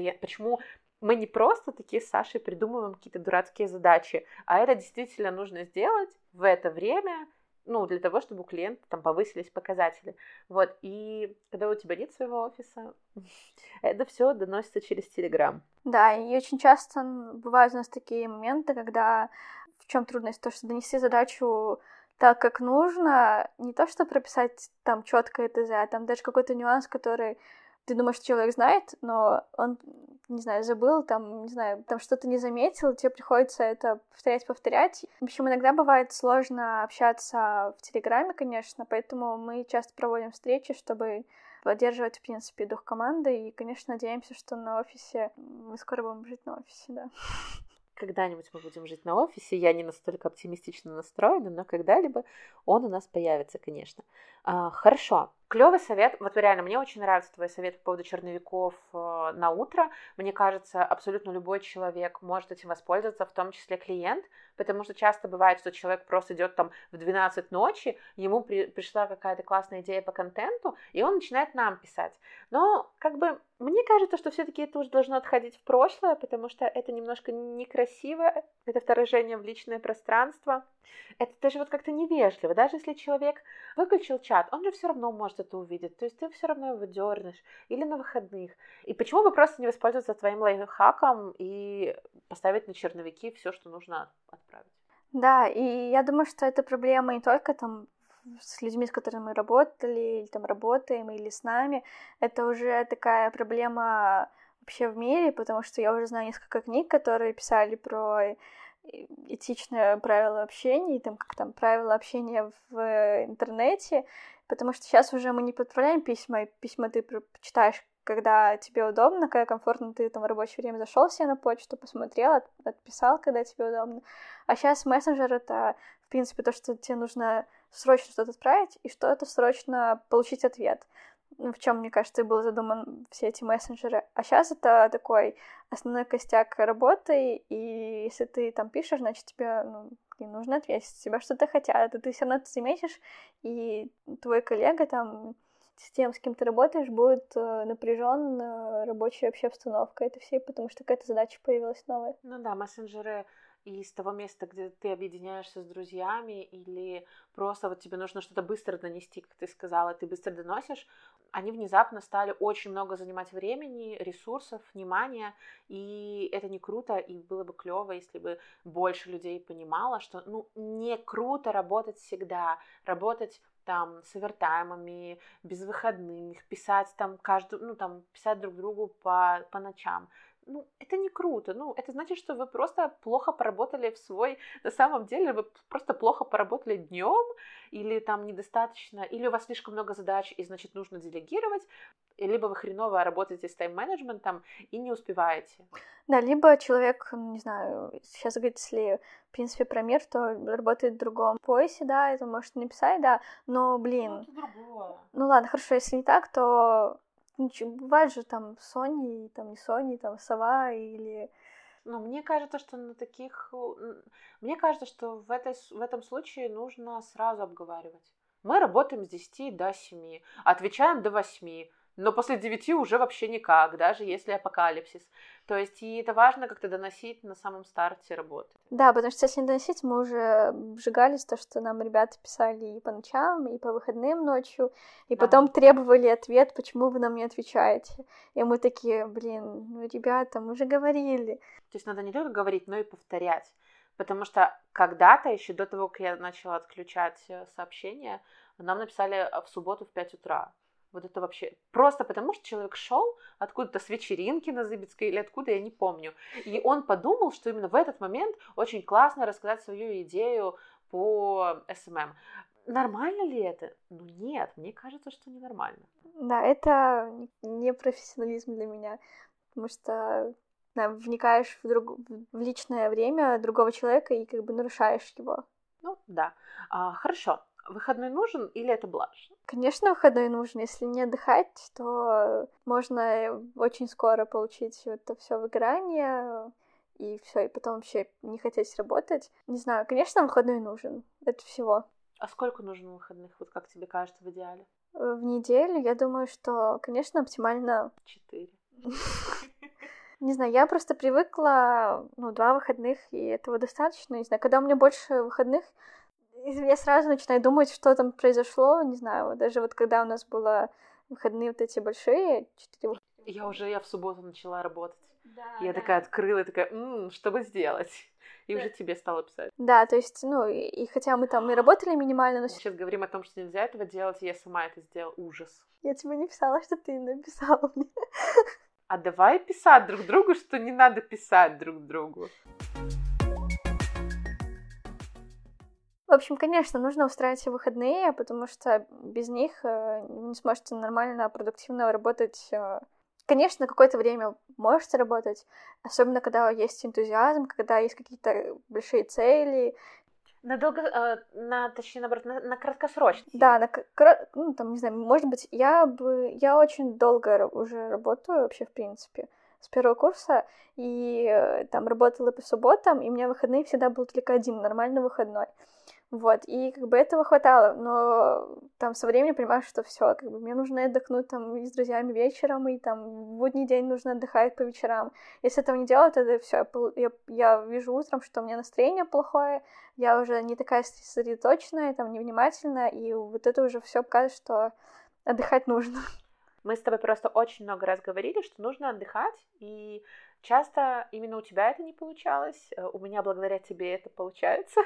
мы не просто такие с Сашей придумываем какие-то дурацкие задачи, а это действительно нужно сделать в это время, ну, для того, чтобы у клиента там повысились показатели. Вот, и когда у тебя нет своего офиса, это все доносится через Telegram. Да, и очень часто бывают у нас такие моменты, когда в чем трудность, то, что донести задачу так, как нужно, не то, что прописать там четкое ТЗ, а там даже какой-то нюанс, который ты думаешь, что человек знает, но он, не знаю, забыл, там, не знаю, там что-то не заметил, тебе приходится это повторять. В общем, иногда бывает сложно общаться в Телеграме, конечно, поэтому мы часто проводим встречи, чтобы поддерживать, в принципе, дух команды, и, конечно, надеемся, что на офисе мы скоро будем жить на офисе, да. Когда-нибудь мы будем жить на офисе, я не настолько оптимистично настроена, но когда-либо он у нас появится, конечно. Хорошо. Клевый совет. Вот реально, мне очень нравится твой совет по поводу черновиков на утро. Мне кажется, абсолютно любой человек может этим воспользоваться, в том числе клиент, потому что часто бывает, что человек просто идет там в 12 ночи, ему пришла какая-то классная идея по контенту, и он начинает нам писать. Но как бы мне кажется, что все-таки это уже должно отходить в прошлое, потому что это немножко некрасиво, это вторжение в личное пространство. Это даже вот как-то невежливо. Даже если человек выключил чат, он же все равно может это увидеть. То есть ты все равно его дернешь или на выходных. И почему бы просто не воспользоваться твоим лайфхаком и поставить на черновики все, что нужно отправить? Да, и я думаю, что это проблема не только там с людьми, с которыми мы работали, или там работаем, или с нами. Это уже такая проблема вообще в мире, потому что я уже знаю несколько книг, которые писали про этичное правило общения, и там как там правила общения в интернете, потому что сейчас уже мы не подправляем письма, и письма ты читаешь, когда тебе удобно, когда комфортно, ты там в рабочее время зашел себе на почту, посмотрел, отписал, когда тебе удобно. А сейчас мессенджер — это, в принципе, то, что тебе нужно срочно что-то отправить и что-то срочно получить ответ. В чем, мне кажется, и был задуман все эти мессенджеры. А сейчас это такой основной костяк работы, и если ты там пишешь, значит, тебе нужно ответить, тебя что-то хотят, и ты все равно это заметишь, и твой коллега там с тем, с кем ты работаешь, будет напряжен рабочая вообще обстановка этой всей, потому что какая-то задача появилась новая. Ну да, мессенджеры из того места, где ты объединяешься с друзьями, или просто вот тебе нужно что-то быстро донести, как ты сказала, ты быстро доносишь, они внезапно стали очень много занимать времени, ресурсов, внимания, и это не круто, и было бы клево, если бы больше людей понимало, что, не круто работать всегда, работать там с овертаймами, без выходных, писать там писать друг другу по ночам. Это не круто. Это значит, что вы просто плохо поработали на самом деле, вы просто плохо поработали днем, или там недостаточно, или у вас слишком много задач, и, значит, нужно делегировать, либо вы хреново работаете с тайм-менеджментом и не успеваете. Да, либо человек, не знаю, сейчас говорить, если, в принципе, про мир, то работает в другом поясе, да, это может написать, да, но, блин... это другое. Ну ладно, хорошо, если не так, то... Бывает же там Sony, там не Sony, там сова или... Мне кажется, что Мне кажется, что в этом случае нужно сразу обговаривать. Мы работаем с 10 до 7, отвечаем до 8, но после 9 уже вообще никак, даже если апокалипсис. То есть, и это важно как-то доносить на самом старте работы. Да, потому что если не доносить, мы уже вжигались, то, что нам ребята писали и по ночам, и по выходным ночью, и потом требовали ответ, почему вы нам не отвечаете. И мы такие, ребята, мы же говорили. То есть надо не только говорить, но и повторять. Потому что когда-то, еще до того, как я начала отключать сообщения, нам написали в субботу в 5 утра. Вот это вообще просто потому, что человек шел откуда-то с вечеринки на Зыбицкой или откуда, я не помню. И он подумал, что именно в этот момент очень классно рассказать свою идею по СММ. Нормально ли это? Нет, мне кажется, что ненормально. Да, это не профессионализм для меня, потому что вникаешь в личное время другого человека и как бы нарушаешь его. Да. Хорошо. Выходной нужен или это блажь? Конечно, выходной нужен. Если не отдыхать, то можно очень скоро получить это все выгорание, и все, и потом вообще не хотеть работать. Не знаю, конечно, выходной нужен. Это всего. А сколько нужно выходных, вот как тебе кажется, в идеале? В неделю, я думаю, что, конечно, оптимально 4. Не знаю, я просто привыкла, 2 выходных, и этого достаточно. Не знаю, когда у меня больше выходных, я сразу начинаю думать, что там произошло, не знаю, даже вот когда у нас было выходные вот эти большие, 4 выходных. Я в субботу начала работать. Да, я такая открыла, и такая, что бы сделать? И уже тебе стала писать. Да, то есть, и хотя мы там и работали минимально, но... Мы сейчас говорим о том, что нельзя этого делать, и я сама это сделала. Ужас. Я тебе не писала, что ты написала мне. А давай писать друг другу, что не надо писать друг другу. В общем, конечно, нужно устраивать себе выходные, потому что без них не сможете нормально, продуктивно работать. Конечно, какое-то время можете работать, особенно когда есть энтузиазм, когда есть какие-то большие цели. Точнее, наоборот, на краткосрочный. Да, там, не знаю, может быть, я очень долго уже работаю вообще, в принципе, с первого курса, и там работала по субботам, и у меня выходные всегда был только один нормальный выходной. Вот, и как бы этого хватало, но там со временем понимаю, что все, как бы мне нужно отдохнуть там и с друзьями вечером, и там в будний день нужно отдыхать по вечерам. Если этого не делать, тогда все, я вижу утром, что у меня настроение плохое, я уже не такая сосредоточенная, там, невнимательная, и вот это уже все показывает, что отдыхать нужно. Мы с тобой просто очень много раз говорили, что нужно отдыхать, и часто именно у тебя это не получалось, у меня благодаря тебе это получается.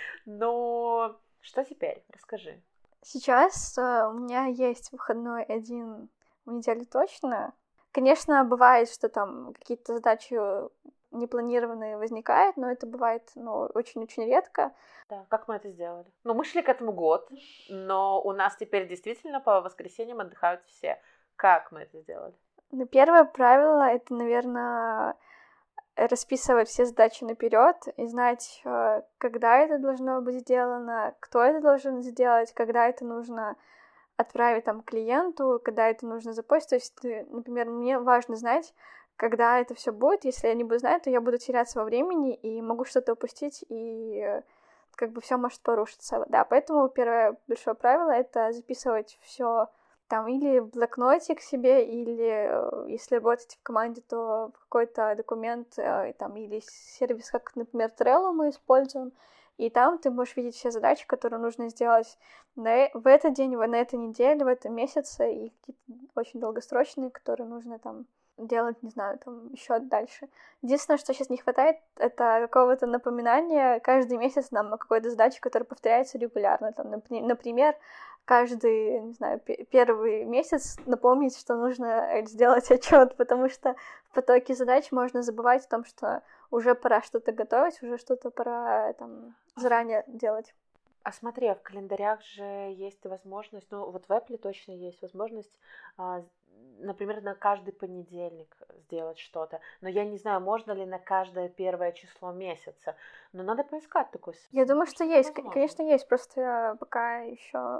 Но что теперь? Расскажи. Сейчас у меня есть выходной один в неделю точно. Конечно, бывает, что там какие-то задачи непланированные возникают, но это бывает, очень-очень редко. Да, как мы это сделали? Мы шли к этому год, но у нас теперь действительно по воскресеньям отдыхают все. Как мы это сделали? Первое правило — это, наверное, расписывать все задачи наперед и знать, когда это должно быть сделано, кто это должен сделать, когда это нужно отправить там клиенту, когда это нужно запостить. То есть, например, мне важно знать, когда это все будет. Если я не буду знать, то я буду теряться во времени и могу что-то упустить, и как бы все может порушиться. Да, поэтому первое большое правило — это записывать все там или в блокноте к себе, или если работаете в команде, то в какой-то документ, там, или сервис, как, например, Trello мы используем, и там ты можешь видеть все задачи, которые нужно сделать в этот день, на этой неделе, в этом месяце, и какие-то очень долгосрочные, которые нужно там делать, не знаю, там еще дальше. Единственное, что сейчас не хватает, это какого-то напоминания каждый месяц нам о какой-то задаче, которая повторяется регулярно. Там, например, каждый, не знаю, первый месяц напомнить, что нужно сделать отчет, потому что в потоке задач можно забывать о том, что уже пора что-то готовить, уже что-то пора там заранее делать. А смотри, в календарях же есть возможность, вот в Apple точно есть возможность, например, на каждый понедельник сделать что-то. Но я не знаю, можно ли на каждое первое число месяца. Но надо поискать такой. Я думаю, что есть. Конечно, есть. Просто пока еще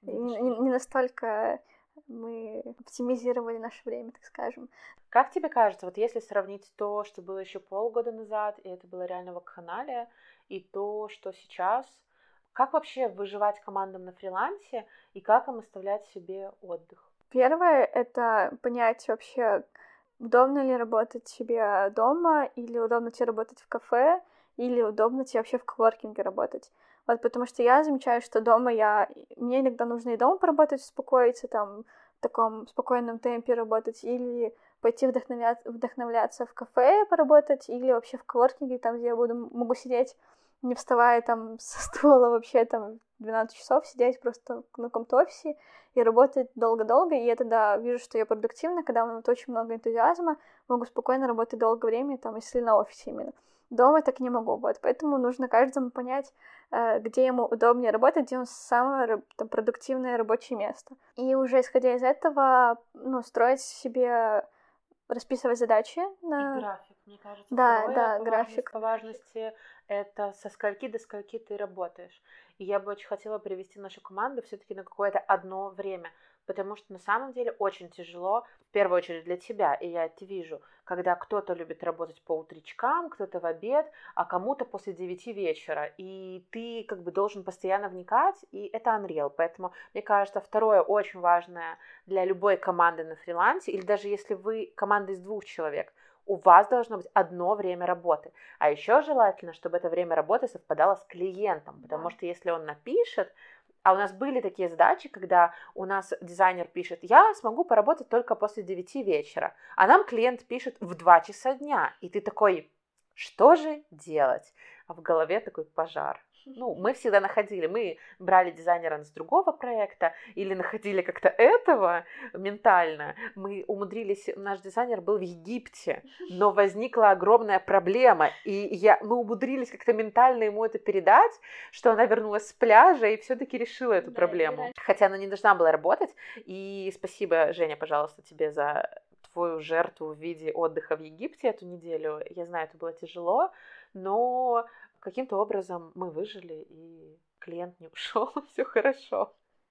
не настолько мы оптимизировали наше время, так скажем. Как тебе кажется, вот если сравнить то, что было еще полгода назад, и это было реально вакханалия, и то, что сейчас, как вообще выживать командам на фрилансе, и как им оставлять себе отдых? Первое — это понять вообще, удобно ли работать себе дома, или удобно тебе работать в кафе, или удобно тебе вообще в коворкинге работать. Вот, потому что я замечаю, что дома мне иногда нужно и дома поработать, успокоиться, там, в таком спокойном темпе работать, или пойти вдохновляться в кафе поработать, или вообще в коворкинге, там, где я могу сидеть, не вставая там со стула вообще там 12 часов, сидеть просто на каком-то офисе и работать долго-долго, и я тогда вижу, что я продуктивна, когда у меня очень много энтузиазма, могу спокойно работать долгое время, там, если на офисе именно. Дома так не могу, вот, поэтому нужно каждому понять, где ему удобнее работать, где он самое там, продуктивное рабочее место. И уже исходя из этого, строить себе, расписывать задачи. И график, мне кажется, да, график. По важности это со скольки до скольки ты работаешь. И я бы очень хотела привести нашу команду все-таки на какое-то одно время, потому что на самом деле очень тяжело, в первую очередь для тебя, и я это вижу, когда кто-то любит работать по утречкам, кто-то в обед, а кому-то после 9 вечера, и ты как бы должен постоянно вникать, и это unreal. Поэтому, мне кажется, второе очень важное для любой команды на фрилансе, или даже если вы команда из 2 человек, у вас должно быть одно время работы. А еще желательно, чтобы это время работы совпадало с клиентом, потому что если он напишет, а у нас были такие задачи, когда у нас дизайнер пишет, я смогу поработать только после 9 вечера, а нам клиент пишет в 2 часа дня, и ты такой, что же делать? А в голове такой пожар. Мы всегда мы брали дизайнера с другого проекта или находили как-то этого ментально. Мы умудрились, наш дизайнер был в Египте, но возникла огромная проблема, и мы умудрились как-то ментально ему это передать, что она вернулась с пляжа и все-таки решила эту проблему. Хотя она не должна была работать, и спасибо, Женя, пожалуйста, тебе за твою жертву в виде отдыха в Египте эту неделю. Я знаю, это было тяжело, но каким-то образом мы выжили, и клиент не ушел, все хорошо.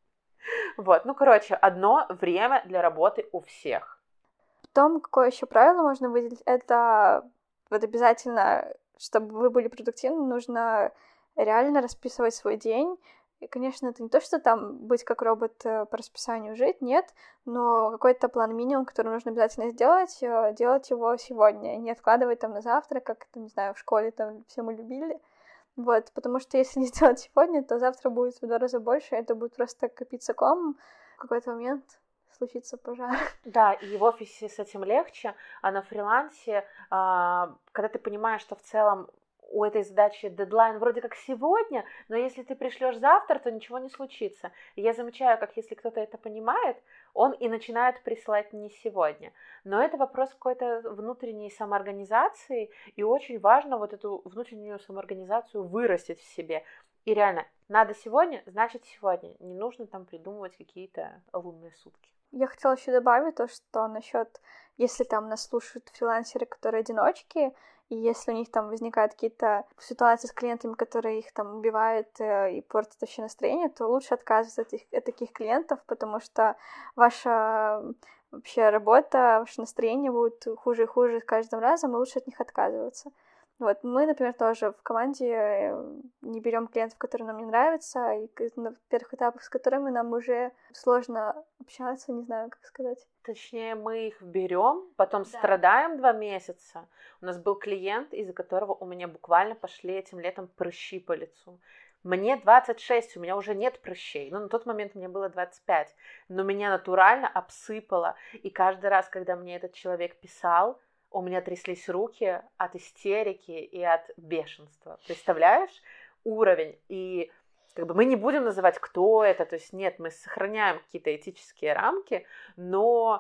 Вот, одно время для работы у всех. Потом, какое еще правило можно выделить, это вот обязательно, чтобы вы были конструктивны, нужно реально расписывать свой день. И, конечно, это не то, что там быть как робот по расписанию жить, нет, но какой-то план минимум, который нужно обязательно сделать, делать его сегодня, не откладывать там на завтра, как, не знаю, в школе там все мы любили. Вот, потому что если не сделать сегодня, то завтра будет в 2 раза больше, это будет просто копиться комом, в какой-то момент случится пожар. Да, и в офисе с этим легче, а на фрилансе, когда ты понимаешь, что в целом у этой задачи дедлайн вроде как сегодня, но если ты пришлешь завтра, то ничего не случится. И я замечаю, как если кто-то это понимает, он и начинает присылать не сегодня. Но это вопрос какой-то внутренней самоорганизации, и очень важно вот эту внутреннюю самоорганизацию вырастить в себе. И реально, надо сегодня, значит сегодня. Не нужно там придумывать какие-то лунные сутки. Я хотела еще добавить то, что насчет, если там нас слушают фрилансеры, которые одиночки, и если у них там возникают какие-то ситуации с клиентами, которые их там убивают и портят вообще настроение, то лучше отказываться от таких клиентов, потому что ваша вообще работа, ваше настроение будет хуже и хуже с каждым разом, и лучше от них отказываться. Вот, мы, например, тоже в команде не берем клиентов, которые нам не нравятся, и на первых этапах с которыми нам уже сложно общаться, не знаю, как сказать. Точнее, мы их берем, потом страдаем 2 месяца. У нас был клиент, из-за которого у меня буквально пошли этим летом прыщи по лицу. Мне 26, у меня уже нет прыщей. На тот момент мне было 25. Но меня натурально обсыпало. И каждый раз, когда мне этот человек писал, у меня тряслись руки от истерики и от бешенства. Представляешь уровень? И мы не будем называть, кто это, то есть нет, мы сохраняем какие-то этические рамки, но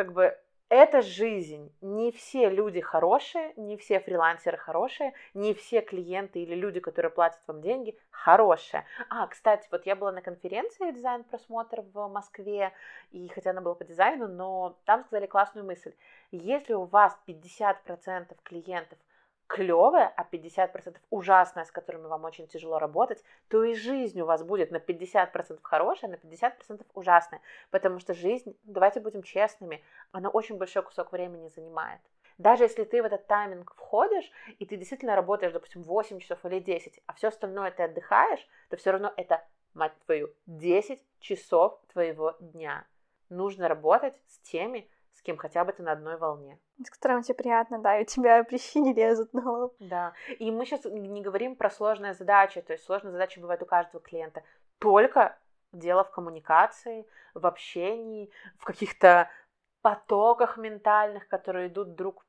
это жизнь. Не все люди хорошие, не все фрилансеры хорошие, не все клиенты или люди, которые платят вам деньги, хорошие. Кстати, вот я была на конференции дизайн-просмотр в Москве, и хотя она была по дизайну, но там сказали классную мысль. Если у вас 50% клиентов клёвая, а 50% ужасная, с которыми вам очень тяжело работать, то и жизнь у вас будет на 50% хорошая, на 50% ужасная. Потому что жизнь, давайте будем честными, она очень большой кусок времени занимает. Даже если ты в этот тайминг входишь, и ты действительно работаешь, допустим, 8 часов или 10, а все остальное ты отдыхаешь, то все равно это, мать твою, 10 часов твоего дня. Нужно работать с теми, с кем хотя бы ты на одной волне. С которым тебе приятно, да, и у тебя прыщи не лезут на голову. Да, и мы сейчас не говорим про сложные задачи, то есть сложные задачи бывают у каждого клиента. Только дело в коммуникации, в общении, в каких-то потоках ментальных, которые идут друг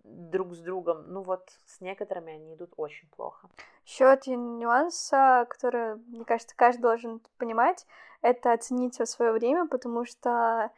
с другом. С некоторыми они идут очень плохо. Еще один нюанс, который, мне кажется, каждый должен понимать, это оценить свое время, потому что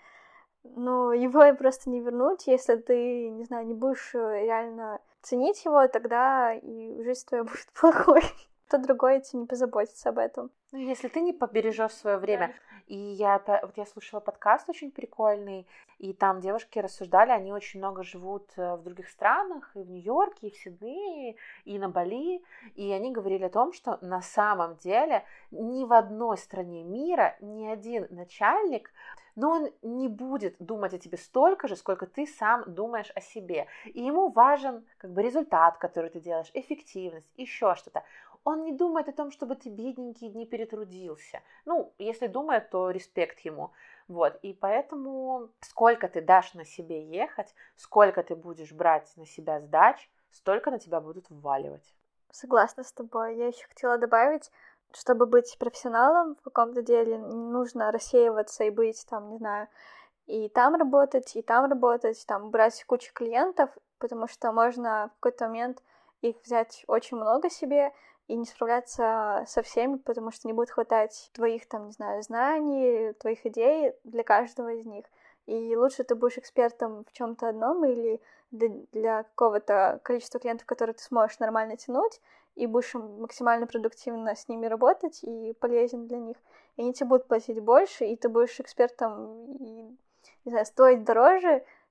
его просто не вернуть, если ты, не знаю, не будешь реально ценить его, тогда и жизнь твоя будет плохой. Кто другой этим не позаботится об этом. Если ты не побережешь свое время. И я слушала подкаст очень прикольный, и там девушки рассуждали, они очень много живут в других странах, и в Нью-Йорке, и в Сиднее, и на Бали, и они говорили о том, что на самом деле ни в одной стране мира ни один начальник, он не будет думать о тебе столько же, сколько ты сам думаешь о себе. И ему важен результат, который ты делаешь, эффективность, еще что-то. Он не думает о том, чтобы ты бедненькие дни перетрудился. Если думает, то респект ему. И поэтому сколько ты дашь на себе ехать, сколько ты будешь брать на себя сдач, столько на тебя будут вваливать. Согласна с тобой. Я еще хотела добавить, чтобы быть профессионалом в каком-то деле, не нужно рассеиваться и быть там, не знаю, и там работать, там брать кучу клиентов, потому что можно в какой-то момент их взять очень много себе и не справляться со всеми, потому что не будет хватать твоих, там, не знаю, знаний, твоих идей для каждого из них. И лучше ты будешь экспертом в чем-то одном или для какого-то количества клиентов, которые ты сможешь нормально тянуть, и будешь максимально продуктивно с ними работать и полезен для них. И они тебе будут платить больше, и ты будешь экспертом и, не знаю, стоить дороже,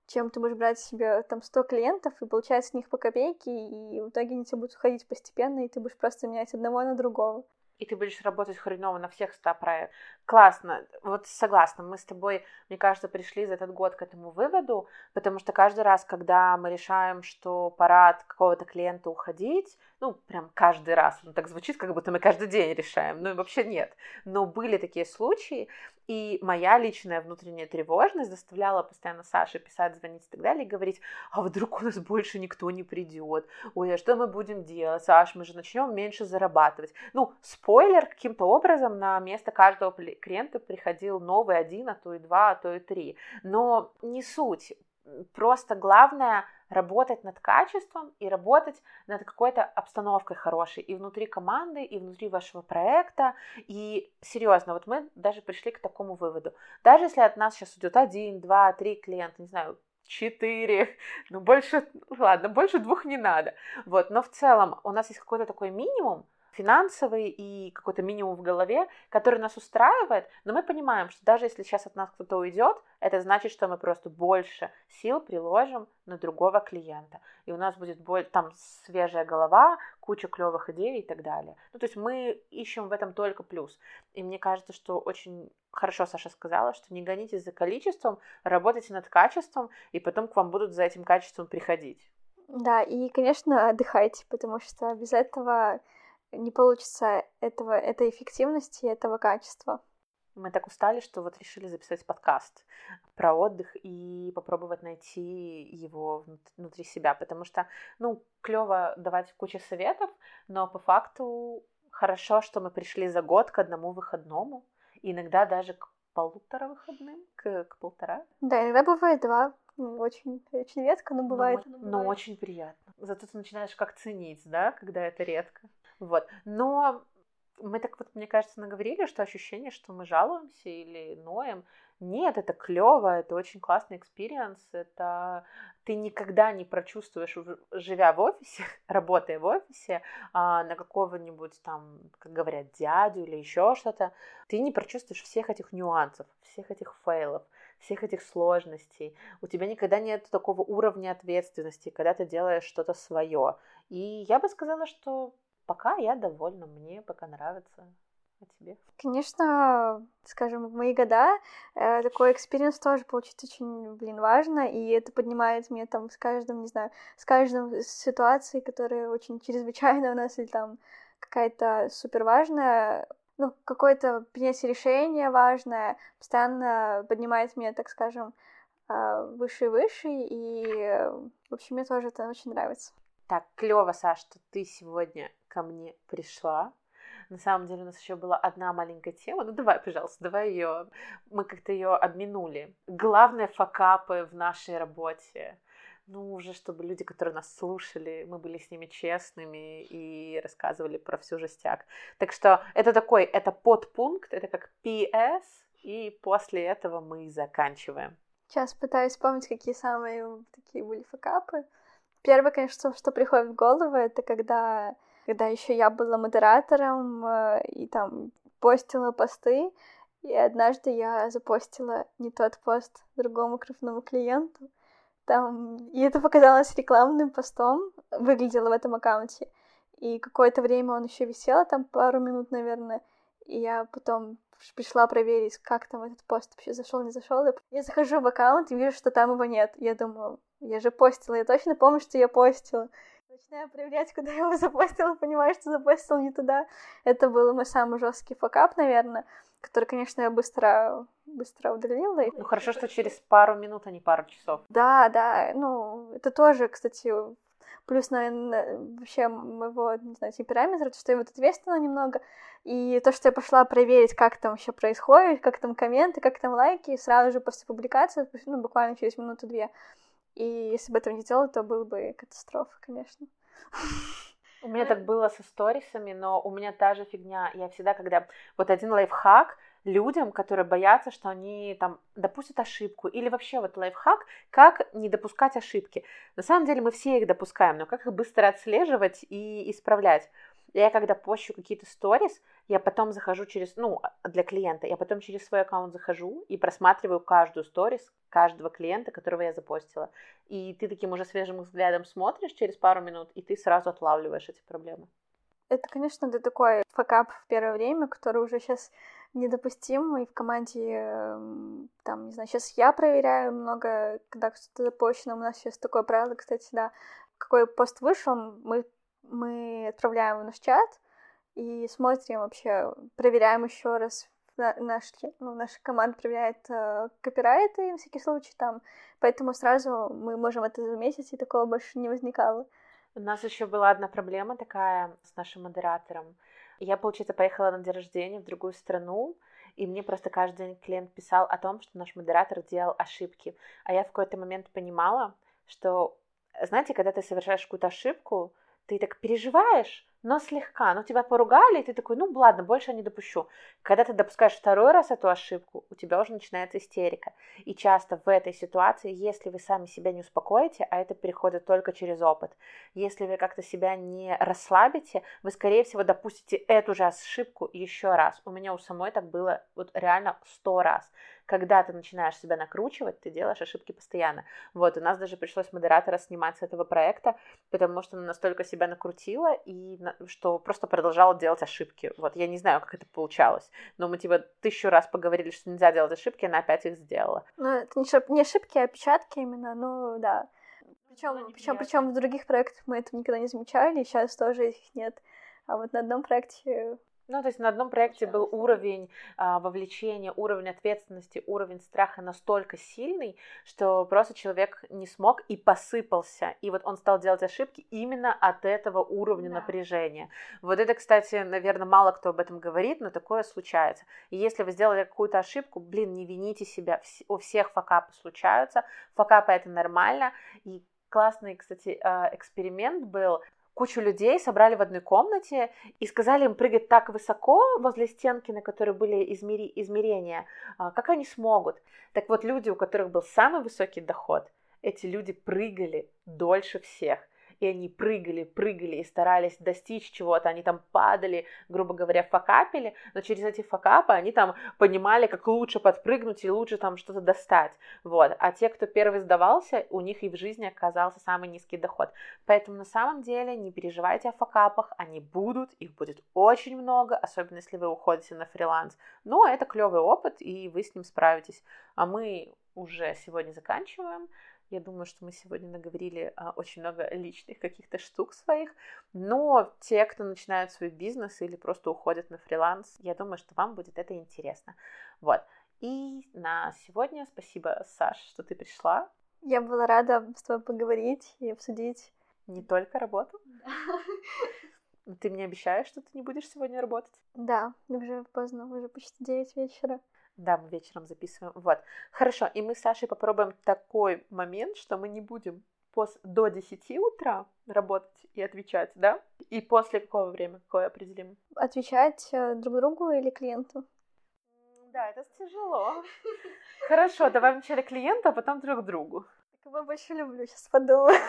чем ты будешь брать себе там 100 клиентов и получать с них по копейке, и в итоге они тебе будут уходить постепенно, и ты будешь просто менять одного на другого. И ты будешь работать хреново на всех 100 проектах. Классно, вот согласна, мы с тобой, мне кажется, пришли за этот год к этому выводу, потому что каждый раз, когда мы решаем, что пора от какого-то клиента уходить, ну, прям каждый раз, ну, так звучит, как будто мы каждый день решаем, ну, вообще нет, но были такие случаи, и моя личная внутренняя тревожность заставляла постоянно Саше писать, звонить и так далее, и говорить, а вдруг у нас больше никто не придет, ой, а что мы будем делать, Саш, мы же начнем меньше зарабатывать. Ну, спойлер, каким-то образом на место каждого клиента приходил новый 1, а то и 2, а то и 3, но не суть, просто главное работать над качеством и работать над какой-то обстановкой хорошей и внутри команды, и внутри вашего проекта. И серьезно, вот мы даже пришли к такому выводу. Даже если от нас сейчас идет 1, 2, 3 клиента, не знаю, 4, ну больше, ладно, больше 2 не надо. Вот, но в целом у нас есть какой-то такой минимум, финансовый и какой-то минимум в голове, который нас устраивает, но мы понимаем, что даже если сейчас от нас кто-то уйдет, это значит, что мы просто больше сил приложим на другого клиента, и у нас будет там свежая голова, куча клевых идей и так далее. Ну, то есть мы ищем в этом только плюс. И мне кажется, что очень хорошо Саша сказала, что не гонитесь за количеством, работайте над качеством, и потом к вам будут за этим качеством приходить. Да, и, конечно, отдыхайте, потому что без этого не получится этой эффективности, этого качества. Мы так устали, что вот решили записать подкаст про отдых и попробовать найти его внутри себя, потому что, ну, клево давать кучу советов, но по факту хорошо, что мы пришли за год к 1 выходному, иногда даже к 1,5 выходным, к 1,5. Да, иногда бывает 2, очень, очень редко, но бывает. Но очень приятно. Зато ты начинаешь как ценить, да, когда это редко. Вот, но мы так вот, мне кажется, наговорили, что ощущение, что мы жалуемся или ноем. Нет, это клево, это очень классный экспириенс, это ты никогда не прочувствуешь, живя в офисе, работая в офисе, на какого-нибудь там, как говорят, дядю или еще что-то, ты не прочувствуешь всех этих нюансов, всех этих фейлов, всех этих сложностей. У тебя никогда нет такого уровня ответственности, когда ты делаешь что-то свое. И я бы сказала, что пока я довольна, мне пока нравится. А тебе? Конечно, скажем, в мои года такой экспириенс тоже получить очень, важно, и это поднимает меня там с каждым, не знаю, с каждой ситуацией, которая очень чрезвычайная у нас, или там какая-то супер важная, ну, какое-то принятие решения важное, постоянно поднимает меня, так скажем, выше и выше, и, в общем, мне тоже это очень нравится. Так, клево, Саш, что ты сегодня ко мне пришла. На самом деле у нас еще была одна маленькая тема. Ну давай, пожалуйста, давай ее. Мы как-то ее обминули. Главные факапы в нашей работе. Ну, уже чтобы люди, которые нас слушали, мы были с ними честными и рассказывали про всю жестяк. Так что это подпункт, это как PS, и после этого мы заканчиваем. Сейчас пытаюсь вспомнить, какие самые такие были факапы. Первое, конечно, что приходит в голову, это когда еще я была модератором и там постила посты, и однажды я запостила не тот пост другому крупному клиенту, и это показалось рекламным постом, выглядело в этом аккаунте, и какое-то время он еще висел, там пару минут, наверное, и я потом пришла проверить, как там этот пост вообще зашел, не зашел. Я захожу в аккаунт и вижу, что там его нет. Я думаю, я же постила, я точно помню, что я постила. Начинаю проверять, куда я его запостила, понимаю, что запостила не туда. Это был мой самый жесткий факап, наверное, который, конечно, я быстро удалила. Ну, хорошо, что через пару минут, а не пару часов. Да, ну, это тоже, кстати, плюс, наверное, вообще моего, не знаю, темперамента, что я вот ответственна немного, и то, что я пошла проверить, как там вообще происходит, как там комменты, как там лайки, сразу же после публикации, ну, буквально через минуту-две. И если бы этого не делала, то была бы катастрофа, конечно. У меня так было со сторисами, но у меня та же фигня. Я всегда, когда... Вот один лайфхак людям, которые боятся, что они там допустят ошибку, или вообще вот лайфхак, как не допускать ошибки. На самом деле мы все их допускаем, но как их быстро отслеживать и исправлять. Я когда пощу какие-то сторис, я потом захожу для клиента, я потом через свой аккаунт захожу и просматриваю каждую сторис каждого клиента, которого я запостила. И ты таким уже свежим взглядом смотришь через пару минут, и ты сразу отлавливаешь эти проблемы. Это, конечно, такой факап в первое время, который уже сейчас недопустим, и в команде, там, не знаю, сейчас я проверяю много, когда что-то запущено, у нас сейчас такое правило, кстати, да, какой пост вышел, мы отправляем в наш чат и смотрим вообще, проверяем еще раз, наша команда проверяет копирайты на всякий случай там, поэтому сразу мы можем это заметить, и такого больше не возникало. У нас еще была одна проблема такая с нашим модератором. Я, получается, поехала на день рождения в другую страну, и мне просто каждый день клиент писал о том, что наш модератор делал ошибки. А я в какой-то момент понимала, что, знаете, когда ты совершаешь какую-то ошибку, ты так переживаешь, но слегка, тебя поругали, и ты такой, ладно, больше я не допущу. Когда ты допускаешь второй раз эту ошибку, у тебя уже начинается истерика. И часто в этой ситуации, если вы сами себя не успокоите, а это переходит только через опыт, если вы как-то себя не расслабите, вы, скорее всего, допустите эту же ошибку еще раз. У меня у самой так было реально 100 раз. Когда ты начинаешь себя накручивать, ты делаешь ошибки постоянно. У нас даже пришлось модератора снимать с этого проекта, потому что она настолько себя накрутила, и что просто продолжала делать ошибки. Я не знаю, как это получалось, но мы 1000 раз поговорили, что нельзя делать ошибки, она опять их сделала. Это не ошибки, а опечатки именно, да. Причем в других проектах мы этого никогда не замечали, и сейчас тоже их нет. А на одном проекте... То есть на одном проекте был уровень вовлечения, уровень ответственности, уровень страха настолько сильный, что просто человек не смог и посыпался. И он стал делать ошибки именно от этого уровня напряжения. Это, кстати, наверное, мало кто об этом говорит, но такое случается. И если вы сделали какую-то ошибку, не вините себя. У всех факапы случаются. Факапы — это нормально. И классный, кстати, эксперимент был. Кучу людей собрали в одной комнате и сказали им прыгать так высоко возле стенки, на которой были измерения, как они смогут. Так люди, у которых был самый высокий доход, эти люди прыгали дольше всех. И они прыгали и старались достичь чего-то. Они там падали, грубо говоря, факапили, но через эти факапы они там понимали, как лучше подпрыгнуть и лучше там что-то достать. А те, кто первый сдавался, у них и в жизни оказался самый низкий доход. Поэтому на самом деле не переживайте о факапах, они будут, их будет очень много, особенно если вы уходите на фриланс. Но это клевый опыт, и вы с ним справитесь. А мы уже сегодня заканчиваем. Я думаю, что мы сегодня наговорили очень много личных каких-то штук своих, но те, кто начинают свой бизнес или просто уходят на фриланс, я думаю, что вам будет это интересно. И на сегодня спасибо, Саш, что ты пришла. Я была рада с тобой поговорить и обсудить. Не только работу? Да. Ты мне обещаешь, что ты не будешь сегодня работать? Да, уже поздно, уже почти 9 вечера. Да, мы вечером записываем. Хорошо, и мы с Сашей попробуем такой момент, что мы не будем до 10 утра работать и отвечать, да? И после какого времени, какое определим? Отвечать друг другу или клиенту? Да, это тяжело. Хорошо, давай вначале клиенту, а потом друг другу. Кого больше люблю, сейчас подумаю.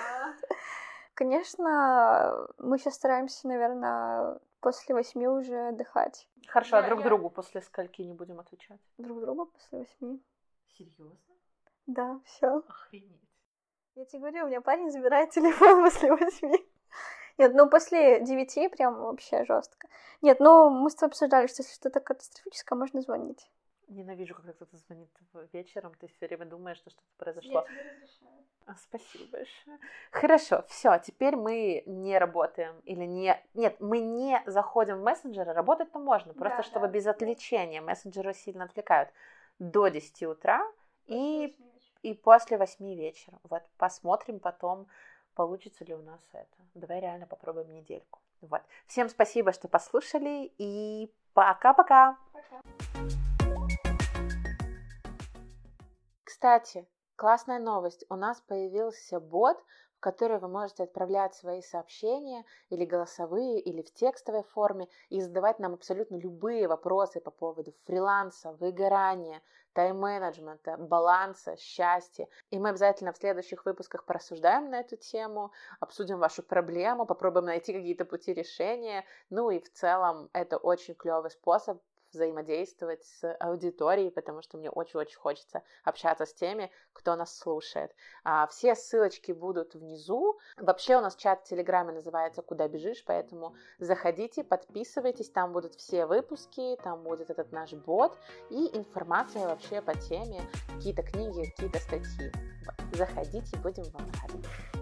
Конечно, мы сейчас стараемся, наверное, после 8 уже отдыхать. Хорошо, а друг другу после скольки не будем отвечать? Друг другу после 8. Серьезно? Да, все. Охренеть. Я тебе говорю, у меня парень забирает телефон после 8. Нет, после 9 прям вообще жестко. Нет, мы с тобой обсуждали, что если что-то катастрофическое, можно звонить. Ненавижу, когда кто-то звонит вечером, ты все время думаешь, что что-то произошло. Я тебе разрешаю. Спасибо большое. Хорошо, все, теперь мы не работаем или не... Нет, мы не заходим в мессенджеры, работать-то можно, просто чтобы без отвлечения, мессенджеры сильно отвлекают. До 10 утра и после 8 вечера. Посмотрим потом, получится ли у нас это. Давай реально попробуем недельку. Всем спасибо, что послушали, и пока-пока. Пока. Кстати, классная новость. У нас появился бот, в который вы можете отправлять свои сообщения, или голосовые, или в текстовой форме, и задавать нам абсолютно любые вопросы по поводу фриланса, выгорания, тайм-менеджмента, баланса, счастья. И мы обязательно в следующих выпусках порассуждаем на эту тему, обсудим вашу проблему, попробуем найти какие-то пути решения. Ну и в целом это очень клевый способ взаимодействовать с аудиторией, потому что мне очень-очень хочется общаться с теми, кто нас слушает. Все ссылочки будут внизу. Вообще у нас чат в Телеграме называется «Куда бежишь?», поэтому заходите, подписывайтесь, там будут все выпуски, там будет этот наш бот и информация вообще по теме, какие-то книги, какие-то статьи. Вот. Заходите, будем вам рады.